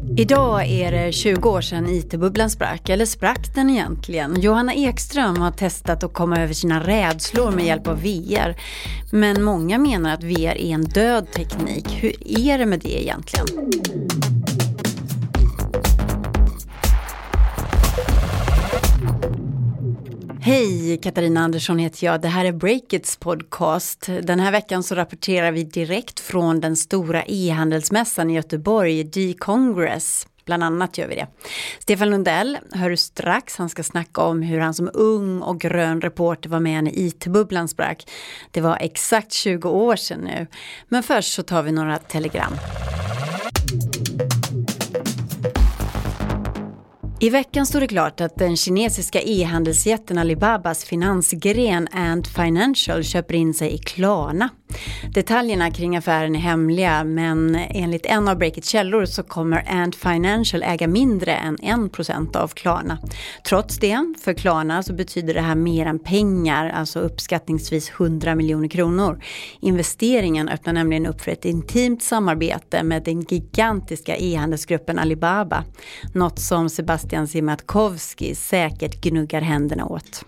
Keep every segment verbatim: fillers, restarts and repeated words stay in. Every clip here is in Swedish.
Idag är det tjugo år sedan I T-bubblan sprack, eller sprack den egentligen? Johanna Ekström har testat att komma över sina rädslor med hjälp av V R. Men många menar att V R är en död teknik. Hur är det med det egentligen? Hej, Katarina Andersson heter jag. Det här är Breakits podcast. Den här veckan så rapporterar vi direkt från den stora e-handelsmässan i Göteborg, D-Congress. Bland annat gör vi det. Stefan Lundell hör du strax. Han ska snacka om hur han som ung och grön reporter var med när I T-bubblan sprack. Det var exakt tjugo år sedan nu. Men först så tar vi några telegram. I veckan stod det klart att den kinesiska e-handelsjätten Alibabas finansgren Ant Financial köper in sig i Klarna. Detaljerna kring affären är hemliga, men enligt en av Breakits källor så kommer Ant Financial äga mindre än en procent av Klarna. Trots det, för Klarna så betyder det här mer än pengar, alltså uppskattningsvis hundra miljoner kronor. Investeringen öppnar nämligen upp för ett intimt samarbete med den gigantiska e-handelsgruppen Alibaba. Något som Sebastian Siemiatkowski säkert gnuggar händerna åt.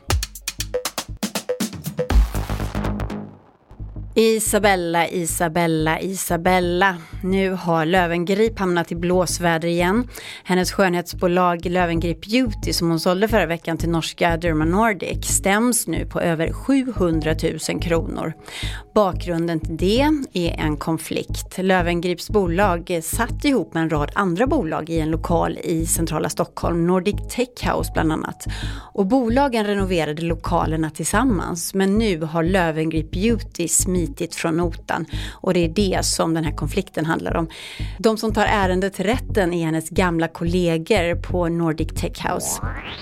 Isabella, Isabella, Isabella. Nu har Löwengrip hamnat i blåsväder igen. Hennes skönhetsbolag Löwengrip Beauty, som hon sålde förra veckan till norska Derma Nordic, stäms nu på över sjuhundratusen kronor. Bakgrunden till det är en konflikt. Lövengrips bolag satt ihop med en rad andra bolag i en lokal i centrala Stockholm, Nordic Tech House bland annat. Och bolagen renoverade lokalerna tillsammans, men nu har Löwengrip Beauty smitit från notan, och det är det som den här konflikten handlar om. De som tar ärendet till rätten är hennes gamla kollegor på Nordic Tech House.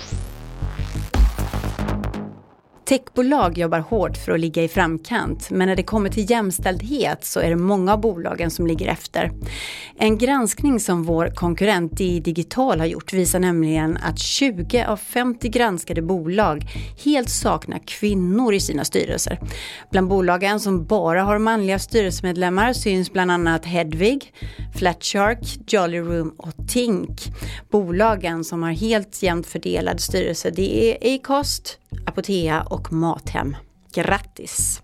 Techbolag jobbar hårt för att ligga i framkant, men när det kommer till jämställdhet så är det många av bolagen som ligger efter. En granskning som vår konkurrent i Digital har gjort visar nämligen att tjugo av femtio granskade bolag helt saknar kvinnor i sina styrelser. Bland bolagen som bara har manliga styrelsemedlemmar syns bland annat Hedvig, Flatshark, Jolly Room och Tink. Bolagen som har helt jämnt fördelad styrelse, det är Acast, Apotea och Mathem. Grattis!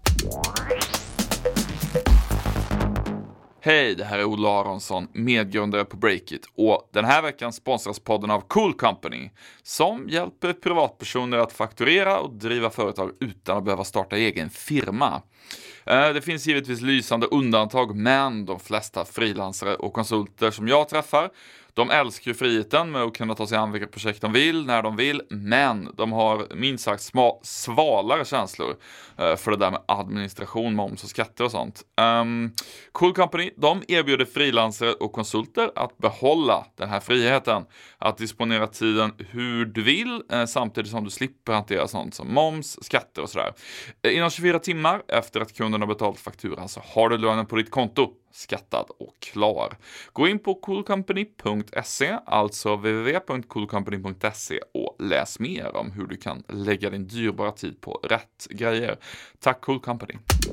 Hej, det här är Ola Aronsson, medgrundare på Breakit, och den här veckan sponsras podden av Cool Company, som hjälper privatpersoner att fakturera och driva företag utan att behöva starta egen firma. Det finns givetvis lysande undantag, men de flesta frilansare och konsulter som jag träffar, de älskar ju friheten med att kunna ta sig an vilka projekt de vill, när de vill, men de har minst sagt sma- svalare känslor uh, för det där med administration, moms och skatter och sånt. Um, Cool Company, de erbjuder frilansare och konsulter att behålla den här friheten, att disponera tiden hur du vill, uh, samtidigt som du slipper hantera sånt som moms, skatter och sådär. Uh, inom tjugofyra timmar efter att kunden har betalt fakturan så har du lönen på ditt konto, skattad och klar. Gå in på cool company punkt se, alltså w w w punkt cool company punkt se, och läs mer om hur du kan lägga din dyrbara tid på rätt grejer. Tack Cool Company.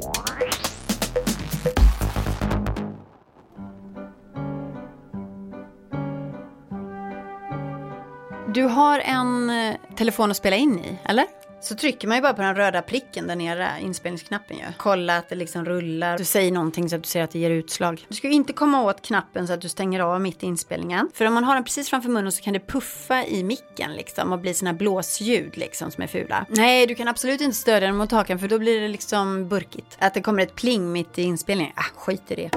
Du har en telefon att spela in i, eller? Så trycker man ju bara på den röda pricken där nere, inspelningsknappen ju. Kolla att det liksom rullar. Du säger någonting så att du ser att det ger utslag. Du ska ju inte komma åt knappen så att du stänger av mitt i inspelningen. För om man har den precis framför munnen så kan det puffa i micken liksom och bli såna blåsljud liksom som är fula. Nej, du kan absolut inte stödja den mot hakan för då blir det liksom burkigt. Att det kommer ett pling mitt i inspelningen. Ah, skit i det.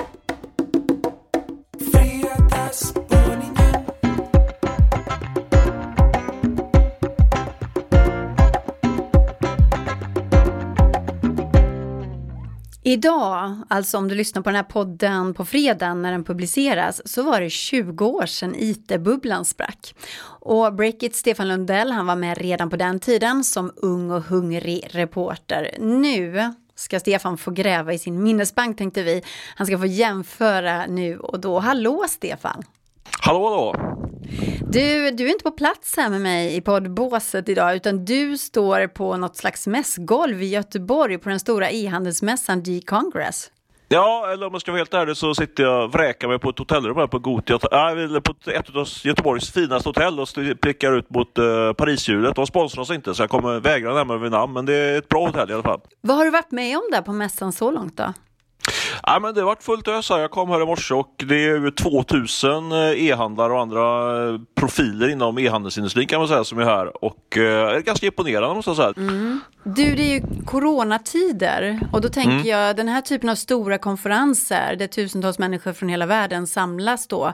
Idag, alltså om du lyssnar på den här podden på fredagen när den publiceras, så var det tjugo år sedan I T-bubblan sprack. Och Breakit Stefan Lundell, han var med redan på den tiden som ung och hungrig reporter. Nu ska Stefan få gräva i sin minnesbank, tänkte vi. Han ska få jämföra nu och då. Hallå Stefan! Hallå då! Du, du är inte på plats här med mig i poddbåset idag, utan du står på något slags mässgolv i Göteborg på den stora e-handelsmässan D-Congress. Ja, eller om jag ska vara helt ärlig så sitter jag och vräker mig på ett hotellrum här på Gothia. Äh, på ett av Göteborgs finaste hotell och prickar ut mot uh, Parishjulet. De sponsrar oss inte så jag kommer vägra nämna vid namn, men det är ett bra hotell i alla fall. Vad har du varit med om där på mässan så långt då? Ja, men det har varit fullt ös här. Jag kom här i morse och det är över tvåtusen e-handlare och andra profiler inom e-handelsindustrin kan man säga som är här. Och eh, är ganska imponerande måste jag säga. Mm. Du, det är ju coronatider och då tänker mm. jag den här typen av stora konferenser där tusentals människor från hela världen samlas då.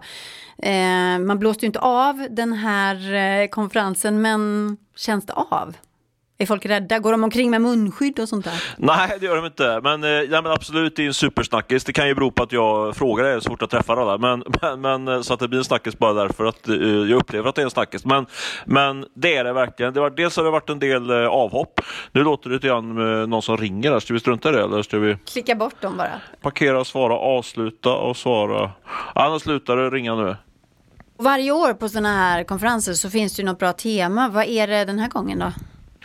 Eh, man blåste ju inte av den här eh, konferensen, men känns det av? Är folk rädda? Går de omkring med munskydd och sånt där? Nej, det gör de inte. Men, ja, men absolut, det är en supersnackis. Det kan ju bero på att jag frågar det, är svårt att träffa alla. Men, men, men, så att det blir en snackis bara därför att uh, jag upplever att det är en snackis. Men, men det är det verkligen. Det var, dels har det varit en del uh, avhopp. Nu låter det lite grann med någon som ringer. Ska vi strunta i det? Eller ska vi klicka bort dem bara? Parkera, svara, avsluta och svara. Annars slutar det ringa nu. Varje år på sådana här konferenser så finns det ju något bra tema. Vad är det den här gången då?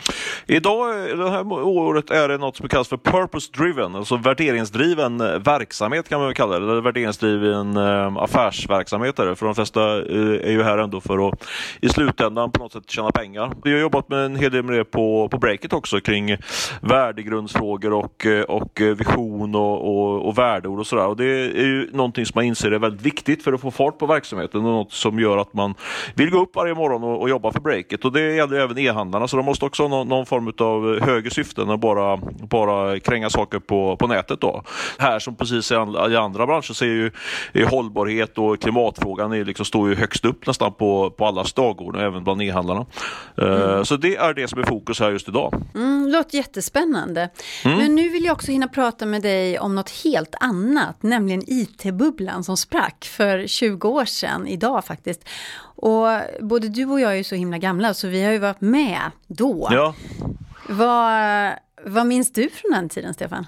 Idag, det här året, är det något som kallas för purpose-driven, alltså värderingsdriven verksamhet kan man väl kalla det, eller värderingsdriven äh, affärsverksamhet är det, för de flesta äh, är ju här ändå för att i slutändan på något sätt tjäna pengar. Vi har jobbat med en hel del med det på, på Breakit också kring värdegrundsfrågor och, och vision och, och, och värdeord och sådär, och det är ju någonting som man inser är väldigt viktigt för att få fart på verksamheten och något som gör att man vill gå upp varje morgon och, och jobba för Breakit, och det gäller även e-handlarna, så de måste också ha någon, någon form av högre syften än bara, bara kränga saker på, på nätet då. Här som precis i andra branscher så är ju är hållbarhet och klimatfrågan är liksom, står ju högst upp nästan på, på allas dagordning, även bland e-handlarna. Mm. Uh, så det är det som är fokus här just idag. Mm, låter jättespännande. Mm. Men nu vill jag också hinna prata med dig om något helt annat, nämligen I T-bubblan som sprack för tjugo år sedan, idag faktiskt. Och både du och jag är ju så himla gamla så vi har ju varit med då. Ja. Vad, vad minns du från den tiden, Stefan?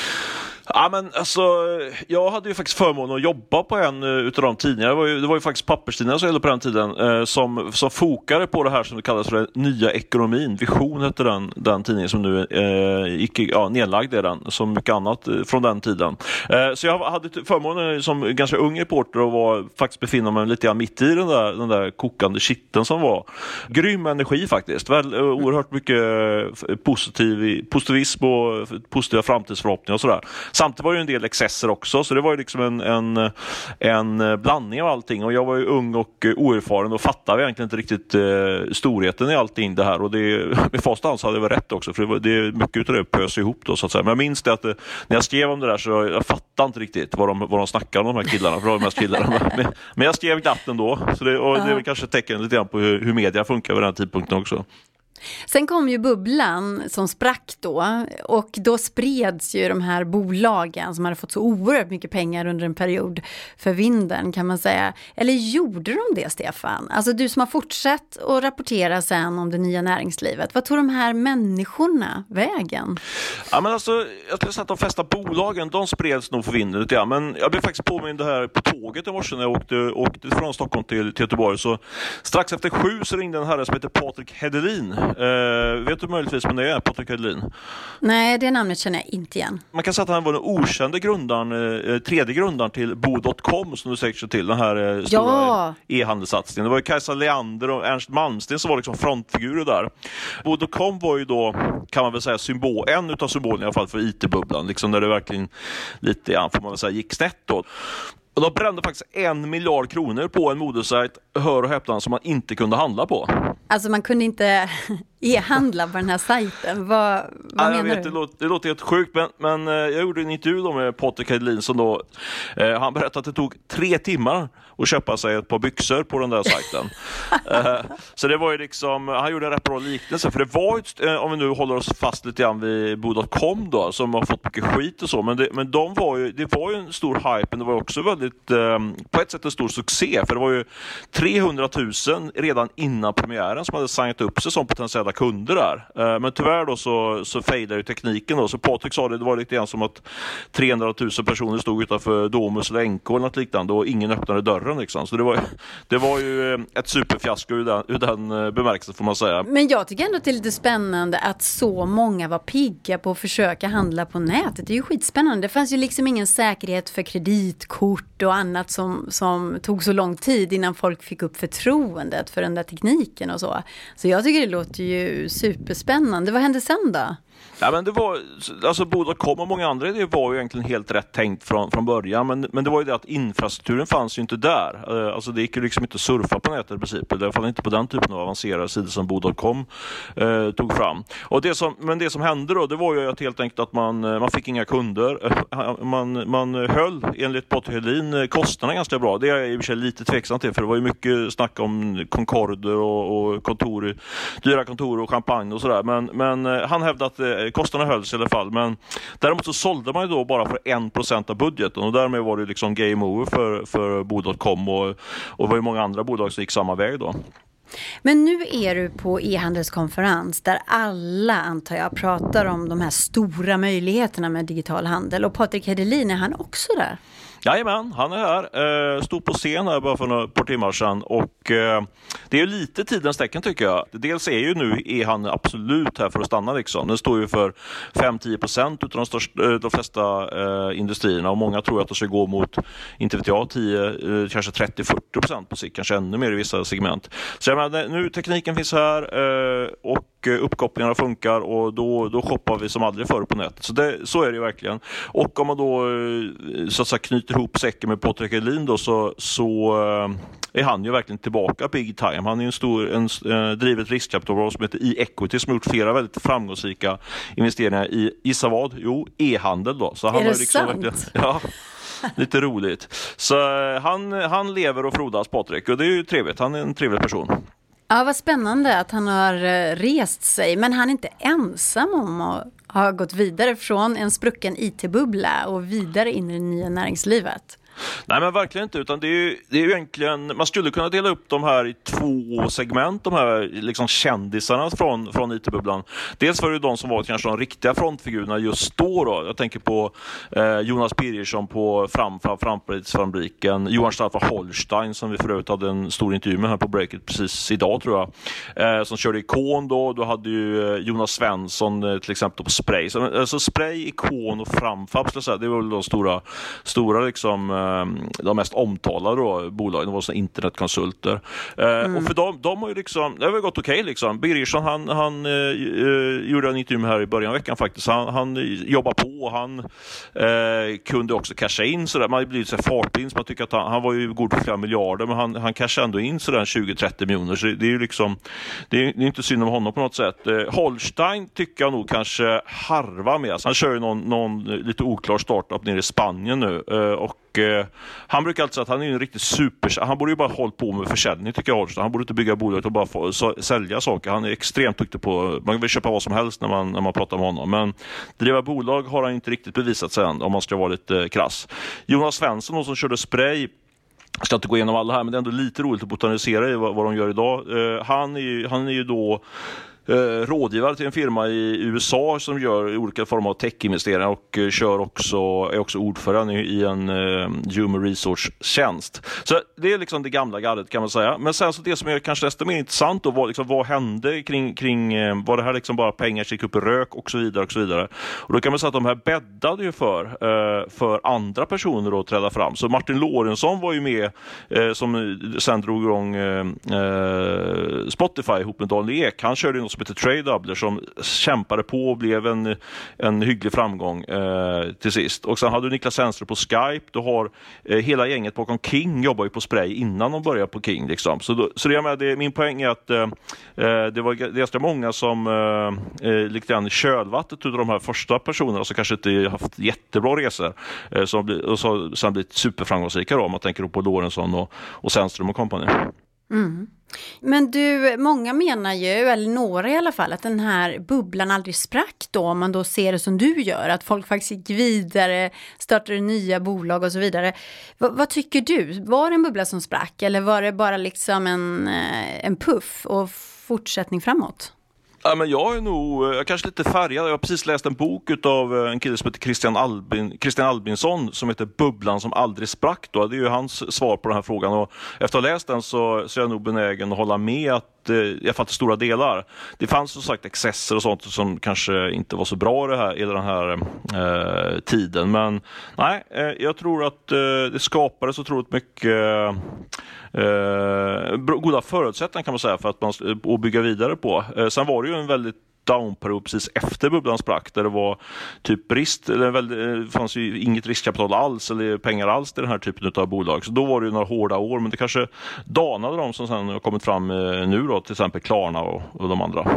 Ja, men alltså, jag hade ju faktiskt förmånen att jobba på en utav de tidningar. Det var ju, det var ju faktiskt papperstidningar som gällde på den tiden eh, som, som fokade på det här som det kallas för den nya ekonomin. Vision hette den, den tidningen som nu eh, gick ja, nedlagd är den, som mycket annat från den tiden. Eh, så jag hade förmånen som ganska ung reporter att var, faktiskt befinna mig lite grann mitt i den där, den där kokande skitten som var. Grym energi faktiskt. Väl, oerhört mycket positiv, positivism och positiva framtidsförhoppningar och sådär. Samtidigt var det ju en del excesser också, så det var ju liksom en, en, en blandning av allting, och jag var ju ung och oerfaren och fattade egentligen inte riktigt eh, storheten i allting det här, och det, med fasta hand så hade jag väl rätt också, för det, var, det mycket av det pös ihop då så att säga. Men jag minns det att det, när jag skrev om det där så jag, jag fattade inte riktigt vad de, vad de snackade om, de här killarna, för det var de mest killarna. Men, men jag skrev glatt ändå, så det, och det är väl kanske ett tecken lite grann på hur, hur media funkar vid den tidpunkten också. Sen kom ju bubblan som sprack då, och då spreds ju de här bolagen som hade fått så oerhört mycket pengar under en period för vinden, kan man säga. Eller gjorde de det, Stefan? Alltså du som har fortsatt att rapportera sen om det nya näringslivet. Vad tog de här människorna vägen? Ja, men alltså, jag tror att de flesta bolagen, de spreds nog för vinden lite grann. Men jag blev faktiskt påmind det här på tåget i morse när jag åkte, åkte från Stockholm till, till Göteborg. Så strax efter sju så ringde en herre som heter Patrik Hedelin. Uh, vet du möjligtvis vem det är, Patrik Hedelin? Nej, det namnet känner jag inte igen. Man kan säga att han var den okände grundaren, uh, tredje grundaren till bo punkt com, som du säkert känner till, den här uh, stora ja. e-handelssatsningen. Det var ju Kajsa Leander och Ernst Malmsten som var liksom frontfigurer där. bo punkt com var ju då, kan man väl säga, symbol, en utav symbolerna i alla fall för I T-bubblan, liksom där det verkligen lite, ja, får man väl säga, gick snett då. Och de brände faktiskt en miljard kronor på en modesajt, hör och häpna, som man inte kunde handla på. Alltså man kunde inte e-handla på den här sajten. Vad, vad ja, menar jag vet, du? Det låter, det låter helt sjukt, men, men jag gjorde en intervju då med Patrik Hedelin som då, eh, han berättade att det tog tre timmar att köpa sig ett par byxor på den där sajten. eh, så det var ju liksom, han gjorde en rätt bra liknelse, för det var ju, eh, om vi nu håller oss fast lite grann vid bo punkt com då, som har fått mycket skit och så, men, det, men de var ju, det var ju en stor hype, men det var också väldigt, eh, på ett sätt en stor succé, för det var ju trehundratusen redan innan premiären som hade signat upp sig som potentiella potentiella kunder där. Eh, men tyvärr då så, så fejdade ju tekniken då. Så Patrik sa det, det var lite grann som att trehundratusen personer stod utanför Domus eller N K eller något liknande och ingen öppnade dörren liksom. Så det var, det var ju ett superfiasko ur den, ur den bemärkelsen får man säga. Men jag tycker ändå att det är lite spännande att så många var pigga på att försöka handla på nätet. Det är ju skitspännande. Det fanns ju liksom ingen säkerhet för kreditkort och annat som, som tog så lång tid innan folk fick upp förtroendet för den där tekniken och så. Så jag tycker det låter ju superspännande. Vad hände sen då? Ja, men det var, alltså Bo dot com och många andra, det var ju egentligen helt rätt tänkt från, från början, men, men det var ju det att infrastrukturen fanns ju inte där. Alltså det gick ju liksom inte att surfa på nätet i princip, i alla fall inte på den typen av avancerade sidor som Bo dot com eh, tog fram. Och det som, men det som hände då, det var ju att helt enkelt att man, man fick inga kunder. Man, man höll, enligt Patrik Hedlin, kostnaderna ganska bra. Det är jag i och för sig lite tveksam till, för det var ju mycket snack om Concorder och, och kontor, dyra kontor och champagne och sådär. Men, men han hävdade att kostnaderna hölls i alla fall, men däremot så sålde man ju då bara för en procent av budgeten och därmed var det liksom game over för, för Bo dot com och, och det var ju många andra bolag som gick samma väg då. Men nu är du på e-handelskonferens där alla, antar jag, pratar om de här stora möjligheterna med digital handel, och Patrik Hedlin, är han också där? Jajamän, han är här. Eh, stod på scen här bara för några par timmar sedan och eh, det är ju lite tidens tecken tycker jag. Dels är ju nu är han absolut här för att stanna liksom. Den står ju för fem till tio procent utav de, största, de flesta eh, industrierna och många tror att det ska gå mot, inte vet jag, tio, eh, kanske trettio till fyrtio procent på sikt, kanske ännu mer i vissa segment. Så jag menar, nu tekniken finns här eh, och uppkopplingarna funkar och då, då shoppar vi som aldrig förr på nätet. Så, det, så är det ju verkligen. Och om man då så att säga knyter ihop säcken med Patrik Hedlin då, så, så är han ju verkligen tillbaka big time. Han är ju en stor, en, en drivet riskkapitalbolag som heter E-Equity som har gjort flera väldigt framgångsrika investeringar i, gissa vad? Jo, e-handel då. Så han är det har liksom sant? Ja, lite roligt. Så han, han lever och frodas, Patrik, och det är ju trevligt. Han är en trevlig person. Ja, vad spännande att han har rest sig. Men han är inte ensam om att ha gått vidare från en sprucken I T-bubbla och vidare in i det nya näringslivet. Nej, men verkligen inte, utan det är ju, det är ju egentligen, man skulle kunna dela upp de här i två segment, de här liksom kändisarna från, från I T-bubblan. Dels var det de som var kanske de riktiga frontfigurerna just då, då. Jag tänker på eh, Jonas Birgersson på Framfram, Framtidsfabriken, Johan Staffan Holstein som vi för övrigt hade en stor intervju med här på Breakit precis idag tror jag, eh, som körde Ikon då. Då hade ju Jonas Svensson eh, till exempel på Spray. Så, alltså Spray, Ikon och Framfab, så säga, det var väl de stora, stora liksom de mest omtalade då, bolagen, de var såna internetkonsulter. Mm. Eh, och för dem, de har ju liksom, det har väl gått okej okay, liksom. Birgersson, han, han eh, gjorde en intervju här i början av veckan faktiskt. Han, han jobbar på, han eh, kunde också casha in sådär. Man har blivit så fartblind, så man tycker att han, han var ju god för flera miljarder, men han, han cashade ändå in sådär tjugo till trettio miljoner. Så det är ju liksom, det är, det är inte synd om honom på något sätt. Eh, Holstein tycker jag nog kanske harva med. Alltså, han kör ju någon, någon lite oklar startup nere i Spanien nu. Eh, och eh, han brukar alltid säga att han är en riktigt super... Han borde ju bara hålla på med försäljning tycker jag. Han borde inte bygga bolaget och bara få, så, sälja saker. Han är extremt duktig på... Man vill köpa vad som helst när man, när man pratar med honom. Men driva bolag har han inte riktigt bevisat sig än, om man ska vara lite krass. Jonas Svensson som körde Spray, jag ska inte gå igenom alla här, men det är ändå lite roligt att botanisera i vad, vad de gör idag. Uh, han, är ju, han är ju då eh, rådgivare till en firma i U S A som gör olika former av tech-investeringar och eh, kör också, är också ordförande i en eh, human resource-tjänst. Så det är liksom det gamla gardet kan man säga. Men sen så det som är kanske nästan mer intressant då, var liksom, vad hände kring, kring eh, var det här liksom bara pengar som gick upp i rök och så vidare och så vidare. Och då kan man säga att de här bäddade ju för, eh, för andra personer då att träda fram. Så Martin Lorentzon var ju med eh, som sen drog igång eh, eh, Spotify ihop med Daniel Ek. Han körde ju något som heter TradeDoubler som kämpade på och blev en, en hygglig framgång eh, till sist. Och sen hade du Niklas Sennström på Skype. Du har eh, hela gänget bakom King jobbar ju på Spray innan de började på King liksom. Så, då, så det, med, det, min poäng är att eh, det var ganska många som eh, lite grann i kölvattnet utav de här första personerna som kanske inte haft jättebra resor eh, som bli, och så, sen blivit superframgångsrika då, om man tänker på Lorentzon och, och Sennström och kompani. Mm. Men du, många menar ju, eller några i alla fall, att den här bubblan aldrig sprack då, om man då ser det som du gör, att folk faktiskt gick vidare, startade nya bolag och så vidare. V- vad tycker du? Var det en bubbla som sprack eller var det bara liksom en, en puff och fortsättning framåt? Ja, men jag är nog, jag är kanske lite färgad. Jag har precis läst en bok av en kille som heter Christian, Albin, Christian Albinsson som heter Bubblan som aldrig sprack. Då. Det är ju hans svar på den här frågan. Och efter att ha läst den så, så är jag nog benägen att hålla med att, i alla fall till stora delar. Det fanns som sagt excesser och sånt som kanske inte var så bra i, det här, i den här eh, tiden. Men nej, eh, jag tror att eh, det skapades otroligt mycket eh, goda förutsättningar kan man säga för att man att bygga vidare på. Eh, sen var det ju en väldigt downperiod precis efter bubblan sprack där det var typ brist, eller väldigt, det fanns ju inget riskkapital alls eller pengar alls till den här typen av bolag. Så då var det ju några hårda år, men det kanske danade de som sen har kommit fram nu då, till exempel Klarna och, och de andra.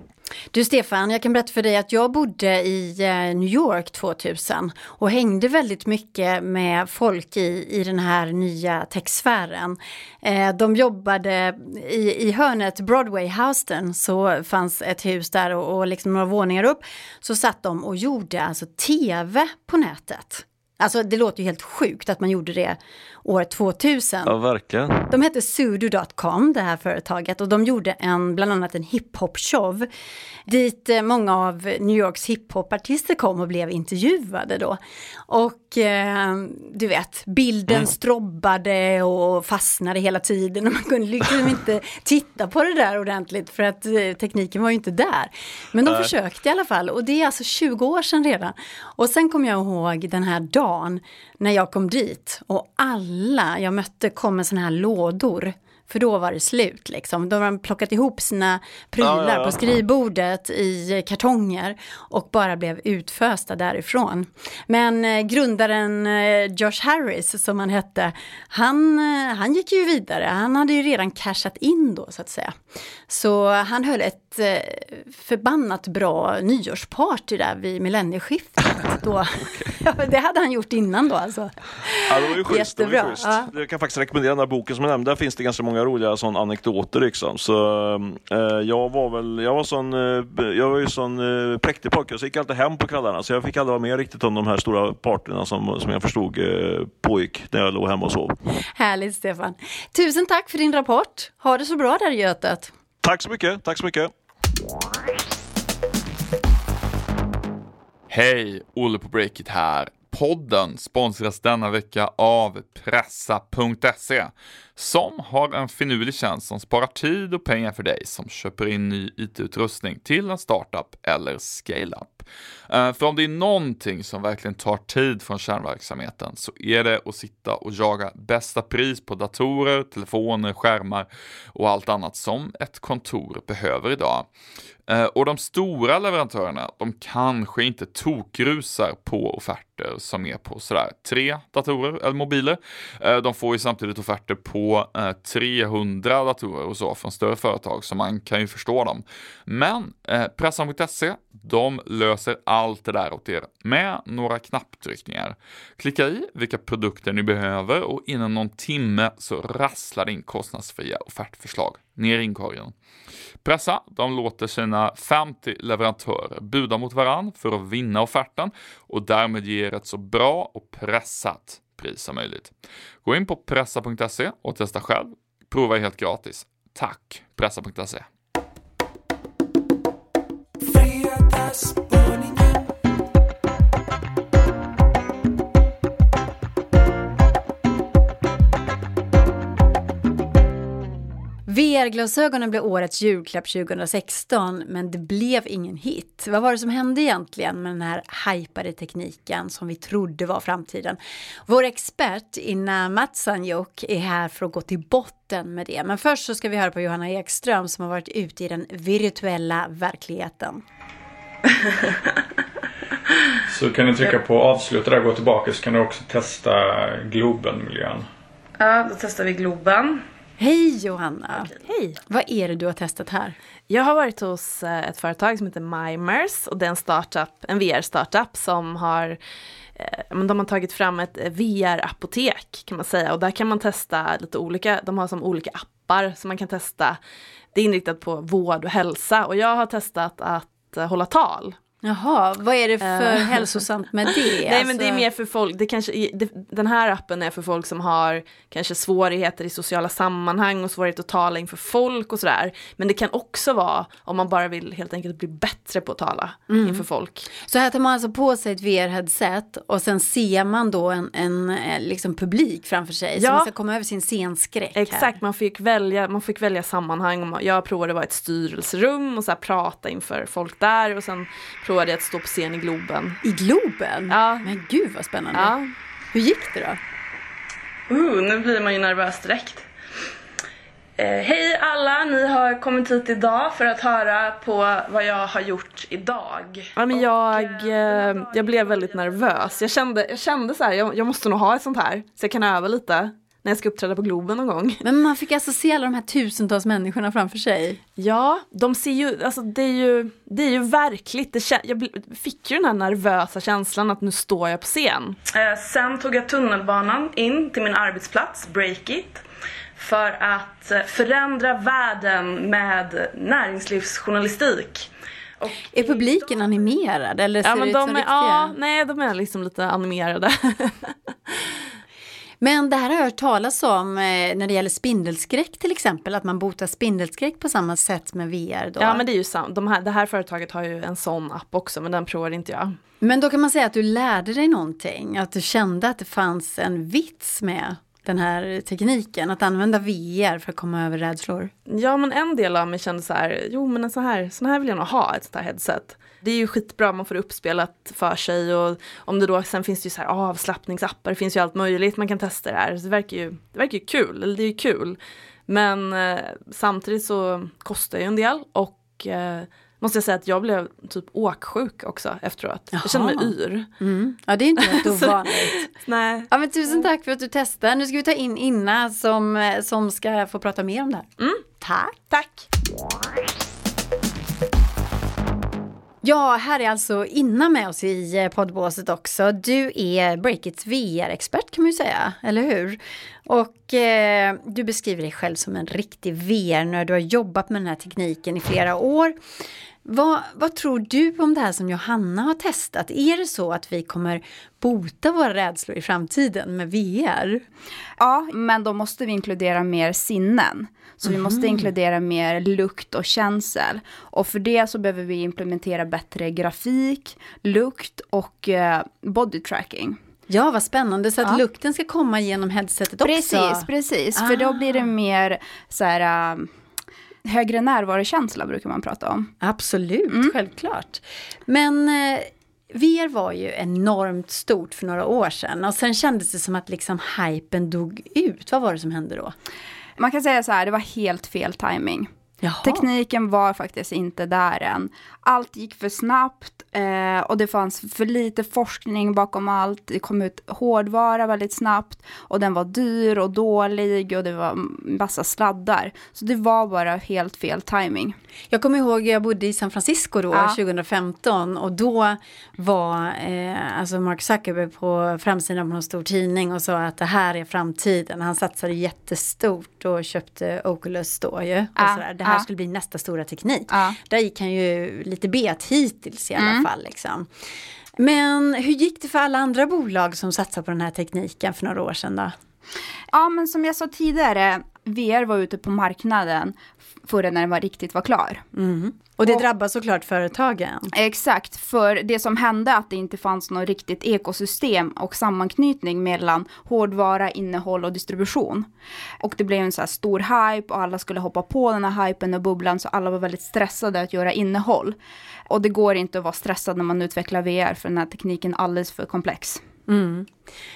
Du Stefan, jag kan berätta för dig att jag bodde i New York tvåtusen och hängde väldigt mycket med folk i, i den här nya techsfären. Eh, de jobbade i, i hörnet Broadway Houston, så fanns ett hus där och, och liksom några våningar upp så satt de och gjorde alltså tv på nätet. Alltså det låter ju helt sjukt att man gjorde det år tvåtusen. Ja, verkligen. De hette sudo dot com, det här företaget, och de gjorde en, bland annat en hiphop-show dit många av New Yorks hiphop-artister kom och blev intervjuade då. Och eh, du vet, bilden mm. strobbade och fastnade hela tiden och man kunde liksom inte titta på det där ordentligt för att eh, tekniken var ju inte där. Men de äh. försökte i alla fall, och det är alltså tjugo år sedan redan. Och sen kom jag ihåg den här dagen när jag kom dit och alla jag mötte kom med såna här lådor. För då var det slut liksom. Då har de plockat ihop sina prylar ja, ja, ja. på skrivbordet i kartonger och bara blev utfösta därifrån. Men eh, grundaren eh, Josh Harris, som han hette, han, eh, han gick ju vidare. Han hade ju redan cashat in då så att säga. Så han höll ett eh, förbannat bra nyårsparty där vid millennieskiftet då. Okay. Det hade han gjort innan då alltså. Ja, det var ju schysst. Det var ju schysst. Ja. Jag kan faktiskt rekommendera den här boken som jag nämnde. Där finns det ganska många roliga sån anekdoter liksom. Så eh, jag var väl jag var sån eh, jag var ju sån eh, präktig pojke, så jag gick alltid hem på kvällarna, så jag fick aldrig vara med riktigt om de här stora partyna som som jag förstod eh, pågick när jag låg hemma och sov. Härligt Stefan. Tusen tack för din rapport. Ha det så bra där i Götet. Tack så mycket. Tack så mycket. Hej, Olle på Breakit här. Podden sponsras denna vecka av Pressa punkt se som har en finurlig tjänst som sparar tid och pengar för dig som köper in ny I T-utrustning till en startup eller scale-up. För om det är någonting som verkligen tar tid från kärnverksamheten så är det att sitta och jaga bästa pris på datorer, telefoner, skärmar och allt annat som ett kontor behöver idag. Och de stora leverantörerna, de kanske inte tokrusar på offerter som är på sådär tre datorer eller mobiler. De får ju samtidigt offerter på trehundra datorer och så från större företag, så man kan ju förstå dem. Men Pressa punkt se, de löser allt det där åt er med några knapptryckningar. Klicka i vilka produkter ni behöver och inom någon timme så rasslar in kostnadsfria offertförslag ner i inkorgen. Pressa, de låter sina femtio leverantörer buda mot varann för att vinna offerten och därmed ge ett så bra och pressat pris som möjligt. Gå in på Pressa punkt se och testa själv. Prova helt gratis. Tack, Pressa punkt se. V R-glasögonen blev årets julklapp tjugohundrasexton, men det blev ingen hit. Vad var det som hände egentligen med den här hypade tekniken som vi trodde var framtiden? Vår expert Inna Matsanjuk är här för att gå till botten med det. Men först så ska vi höra på Johanna Ekström som har varit ute i den virtuella verkligheten. Så kan du trycka på avsluta där och gå tillbaka, så kan du också testa Globen-miljön. Ja, då testar vi Globen. Hej Johanna. Okay. Hej. Vad är det du har testat här? Jag har varit hos ett företag som heter Mimers, och det är en startup, en V R-startup som har eh, de har tagit fram ett V R-apotek kan man säga, och där kan man testa lite olika, de har som olika appar som man kan testa. Det är inriktat på vård och hälsa, och jag har testat att hålla tal. Jaha, vad är det för uh. hälsosamt med det? Nej, alltså... men det är mer för folk, det kanske, det, den här appen är för folk som har kanske svårigheter i sociala sammanhang och svårigheter att tala inför folk och sådär. Men det kan också vara om man bara vill helt enkelt bli bättre på att tala mm. inför folk. Så här tar man alltså på sig ett V R-headset och sen ser man då en, en liksom publik framför sig. Ja. Så man ska komma över sin scenskräck. Exakt, här. Man fick välja, man fick välja sammanhang. Jag provade att vara i ett styrelserum och så här prata inför folk där och sen provade jag att stå på scen i Globen. I Globen? Ja. Men gud vad spännande. Ja. Hur gick det då? Uh, nu blir man ju nervös direkt. Eh, hej alla, ni har kommit hit idag för att höra på vad jag har gjort idag. Ja, men jag, eh, jag blev väldigt nervös. Jag kände, jag kände så här, jag, jag måste nog ha ett sånt här så jag kan öva lite när jag ska uppträda på Globen någon gång. Men man fick alltså se alla de här tusentals människorna framför sig. Ja, de ser ju, alltså det är ju, det är ju verkligt. Det, jag fick ju den här nervösa känslan att nu står jag på scen. Eh, sen tog jag tunnelbanan in till min arbetsplats, Breakit, för att förändra världen med näringslivsjournalistik. Och är publiken animerad eller ser ja, men det ut de som är, riktiga? Ja, nej, de är liksom lite animerade. Men det här har jag hört talas om eh, när det gäller spindelskräck till exempel. Att man botar spindelskräck på samma sätt med V R då. Ja, men det är ju sant. De här, det här företaget har ju en sån app också, men den provar inte jag. Men då kan man säga att du lärde dig någonting. Att du kände att det fanns en vits med den här tekniken. Att använda V R för att komma över rädslor. Ja, men en del av mig kände så här, jo men en så här, sån här vill jag nog ha, ett sånt här headset. Det är ju skitbra, man får uppspelat för sig och om det då, sen finns det ju så här avslappningsappar, det finns ju allt möjligt, man kan testa det här. Så det verkar ju, det verkar ju kul, eller det är ju kul. Men eh, samtidigt så kostar ju en del och eh, måste jag säga att jag blev typ åksjuk också efteråt. Jaha. Jag kände mig yr. Mm. Ja, det är inte helt ovanligt. Nej. Ja, men tusen tack för att du testar. Nu ska vi ta in Inna som, som ska få prata mer om det här. Mm. Tack. Tack. Ja, här är alltså Inna med oss i poddbåset också. Du är Breakits V R-expert kan man ju säga, eller hur? Och eh, du beskriver dig själv som en riktig V R-nörd. Du har jobbat med den här tekniken i flera år. Vad, vad tror du om det här som Johanna har testat? Är det så att vi kommer bota våra rädslor i framtiden med V R? Ja, men då måste vi inkludera mer sinnen. Så vi måste inkludera mer lukt och känsel. Och för det så behöver vi implementera bättre grafik, lukt och eh, body tracking. Ja, vad spännande. Så att ja. lukten ska komma genom headsetet också. Precis, precis. Ah. För då blir det mer så här... Uh, högre närvarokänsla brukar man prata om. Absolut, mm. självklart. Men eh, V R var ju enormt stort för några år sedan. Och sen kändes det som att liksom hypen dog ut. Vad var det som hände då? Man kan säga så här, det var helt fel timing. Jaha. Tekniken var faktiskt inte där än. Allt gick för snabbt eh, och det fanns för lite forskning bakom allt. Det kom ut hårdvara väldigt snabbt och den var dyr och dålig och det var massa sladdar. Så det var bara helt fel timing. Jag kommer ihåg att jag bodde i San Francisco då, ja. tjugo femton och då var eh, alltså Mark Zuckerberg på framsidan på en stor tidning och sa att det här är framtiden. Han satsade jättestort och köpte Oculus då ju. Och ja. sådär. Det här ja. skulle bli nästa stora teknik. Ja. Där gick han ju lite bet hittills i alla mm. fall liksom. Men hur gick det för alla andra bolag som satsade på den här tekniken för några år sedan då? Ja, men som jag sa tidigare, V R var ute på marknaden förrän när den var riktigt var klar. Mm. Och det och, drabbar såklart företagen. Exakt, för det som hände att det inte fanns något riktigt ekosystem och sammanknytning mellan hårdvara, innehåll och distribution. Och det blev en så här stor hype och alla skulle hoppa på den här hypen och bubblan så alla var väldigt stressade att göra innehåll. Och det går inte att vara stressad när man utvecklar V R för den här tekniken är alldeles för komplex. Mm.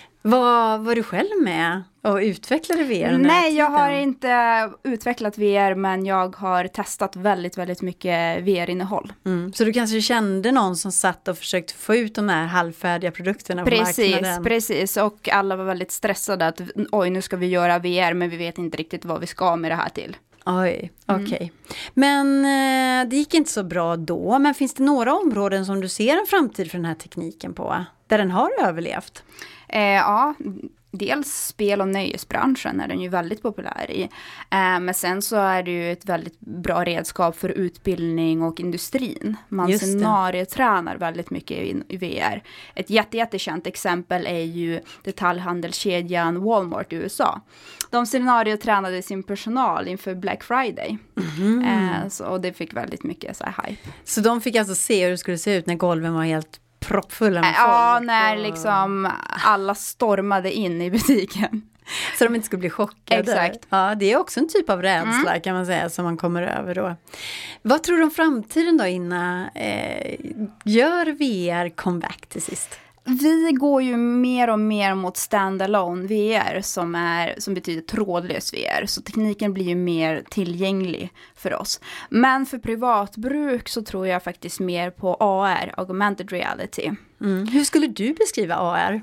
Var, var du själv med och utvecklade V R? Nej, jag har inte utvecklat V R men jag har testat väldigt, väldigt mycket V R-innehåll. Mm. Så du kanske kände någon som satt och försökte få ut de här halvfärdiga produkterna på precis, marknaden? Precis, och alla var väldigt stressade att oj, nu ska vi göra V R men vi vet inte riktigt vad vi ska med det här till. Oj, okej. Okay. Mm. Men eh, det gick inte så bra då. Men finns det några områden som du ser en framtid för den här tekniken på? Där den har överlevt? Eh, ja, dels spel- och nöjesbranschen är den ju väldigt populär i. Eh, men sen så är det ju ett väldigt bra redskap för utbildning och industrin. Man scenariotränar väldigt mycket i, i V R. Ett jätte, jättekänt exempel är ju detaljhandelskedjan Walmart i U S A. De scenariotränade sin personal inför Black Friday. Mm. Eh, så, och det fick väldigt mycket så här hype. Så de fick alltså se hur det skulle se ut när golven var helt proppfulla med folk? Ja, när liksom alla stormade in i butiken. Så de inte skulle bli chockade. Exakt. Ja, det är också en typ av rädsla mm. kan man säga som man kommer över då. Vad tror du om framtiden då, Inna? Eh, gör V R comeback till sist? Vi går ju mer och mer mot standalone V R som, är, som betyder trådlös V R. Så tekniken blir ju mer tillgänglig för oss. Men för privatbruk så tror jag faktiskt mer på A R, augmented reality. Mm. Hur skulle du beskriva A R?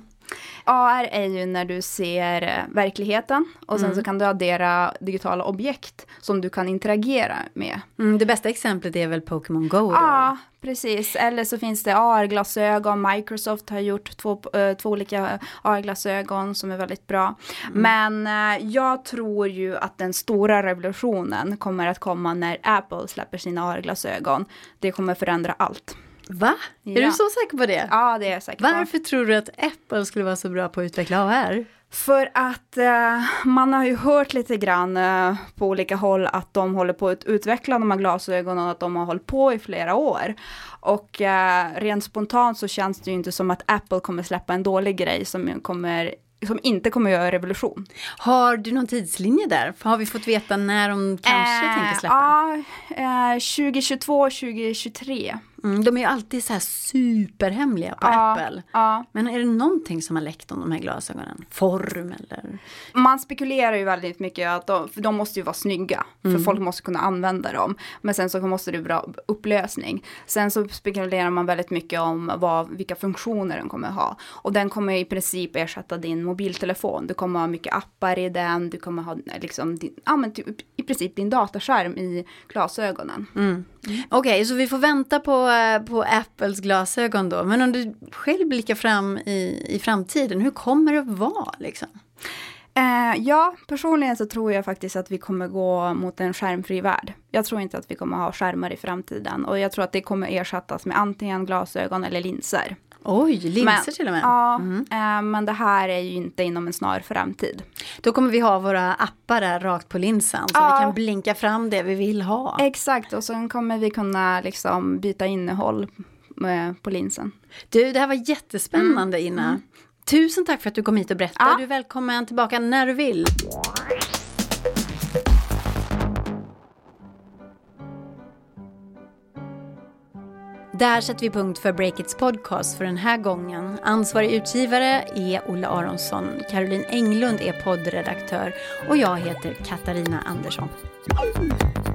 A R är ju när du ser verkligheten och sen mm. så kan du addera digitala objekt som du kan interagera med. Mm, det bästa exemplet är väl Pokémon Go då? Ja, precis. Eller så finns det A R-glasögon. Microsoft har gjort två, äh, två olika A R-glasögon som är väldigt bra. Mm. Men äh, jag tror ju att den stora revolutionen kommer att komma när Apple släpper sina A R-glasögon. Det kommer förändra allt. Va? Ja. Är du så säker på det? Ja, det är jag säker på. Varför tror du att Apple skulle vara så bra på att utveckla A R? För att eh, man har ju hört lite grann eh, på olika håll att de håller på att utveckla de här glasögonen och att de har hållit på i flera år. Och eh, rent spontant så känns det ju inte som att Apple kommer släppa en dålig grej som kommer... som inte kommer att göra revolution. Har du någon tidslinje där? Har vi fått veta när de kanske äh, tänker släppa? Ja, äh, tjugo tjugotvå tjugo tjugotre. Mm, de är ju alltid så här superhemliga på ja, Apple. Ja. Men är det någonting som har läckt om de här glasögonen? Form eller? Man spekulerar ju väldigt mycket att de, för de måste ju vara snygga. För mm. folk måste kunna använda dem. Men sen så måste det vara upplösning. Sen så spekulerar man väldigt mycket om vad, vilka funktioner den kommer ha. Och den kommer i princip ersätta din mobiltelefon. Du kommer ha mycket appar i den. Du kommer ha liksom din, ja, men typ, i princip din dataskärm i glasögonen. Mm. Mm. Okej, okay, så vi får vänta på, på Apples glasögon då. Men om du själv blickar fram i, i framtiden, hur kommer det vara liksom? Eh, ja, personligen så tror jag faktiskt att vi kommer gå mot en skärmfri värld. Jag tror inte att vi kommer ha skärmar i framtiden. Och jag tror att det kommer ersättas med antingen glasögon eller linser. Oj, linser men, till och med. Ja, mm. eh, men det här är ju inte inom en snar framtid. Då kommer vi ha våra appar där rakt på linsen. Så ja. vi kan blinka fram det vi vill ha. Exakt, och sen kommer vi kunna liksom byta innehåll med, på linsen. Du, det här var jättespännande, mm. Inna. Mm. Tusen tack för att du kom hit och berättade. Ja. Du är välkommen tillbaka när du vill. Där sätter vi punkt för Breakits podcast för den här gången. Ansvarig utgivare är Olle Aronsson. Caroline Englund är poddredaktör. Och jag heter Katarina Andersson.